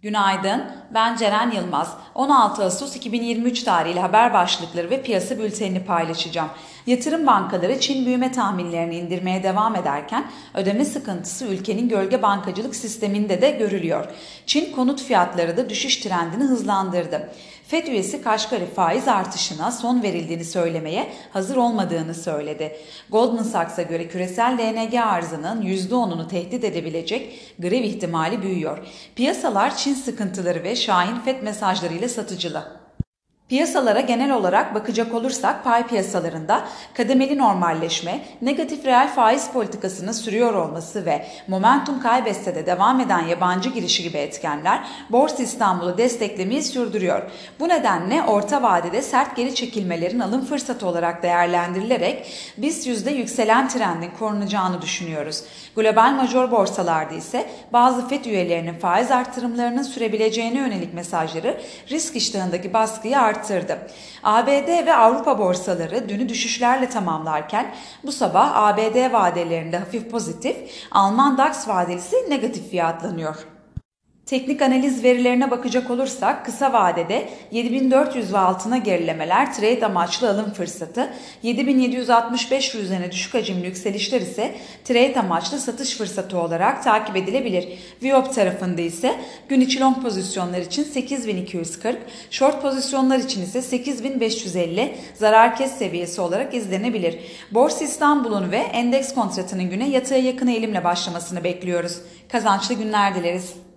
Günaydın, ben Ceren Yılmaz. 16 Ağustos 2023 tarihli haber başlıkları ve piyasa bültenini paylaşacağım. Yatırım bankaları Çin büyüme tahminlerini indirmeye devam ederken ödeme sıkıntısı ülkenin gölge bankacılık sisteminde de görülüyor. Çin konut fiyatları da düşüş trendini hızlandırdı. FED üyesi Kaşgari faiz artışına son verildiğini söylemeye hazır olmadığını söyledi. Goldman Sachs'a göre küresel LNG arzının %10'unu tehdit edebilecek grev ihtimali büyüyor. Piyasalar Çin sıkıntıları ve şahin FED mesajlarıyla satıcılı. Piyasalara genel olarak bakacak olursak pay piyasalarında kademeli normalleşme, negatif reel faiz politikasının sürüyor olması ve momentum kaybetse de devam eden yabancı girişi gibi etkenler Borsa İstanbul'u desteklemeyi sürdürüyor. Bu nedenle orta vadede sert geri çekilmelerin alım fırsatı olarak değerlendirilerek BIST yüzde yükselen trendin korunacağını düşünüyoruz. Global major borsalarda ise bazı FED üyelerinin faiz artırımlarının sürebileceğine yönelik mesajları risk iştahındaki baskıyı arttırdı. ABD ve Avrupa borsaları dünü düşüşlerle tamamlarken bu sabah ABD vadelerinde hafif pozitif, Alman DAX vadelisi negatif fiyatlanıyor. Teknik analiz verilerine bakacak olursak kısa vadede 7400 ve altına gerilemeler trade amaçlı alım fırsatı, 7765 ve üzerine düşük hacimli yükselişler ise trade amaçlı satış fırsatı olarak takip edilebilir. VWAP tarafında ise gün içi long pozisyonlar için 8240, short pozisyonlar için ise 8550 zarar kes seviyesi olarak izlenebilir. Borsa İstanbul'un ve endeks kontratının güne yatıya yakın eğilimle başlamasını bekliyoruz. Kazançlı günler dileriz.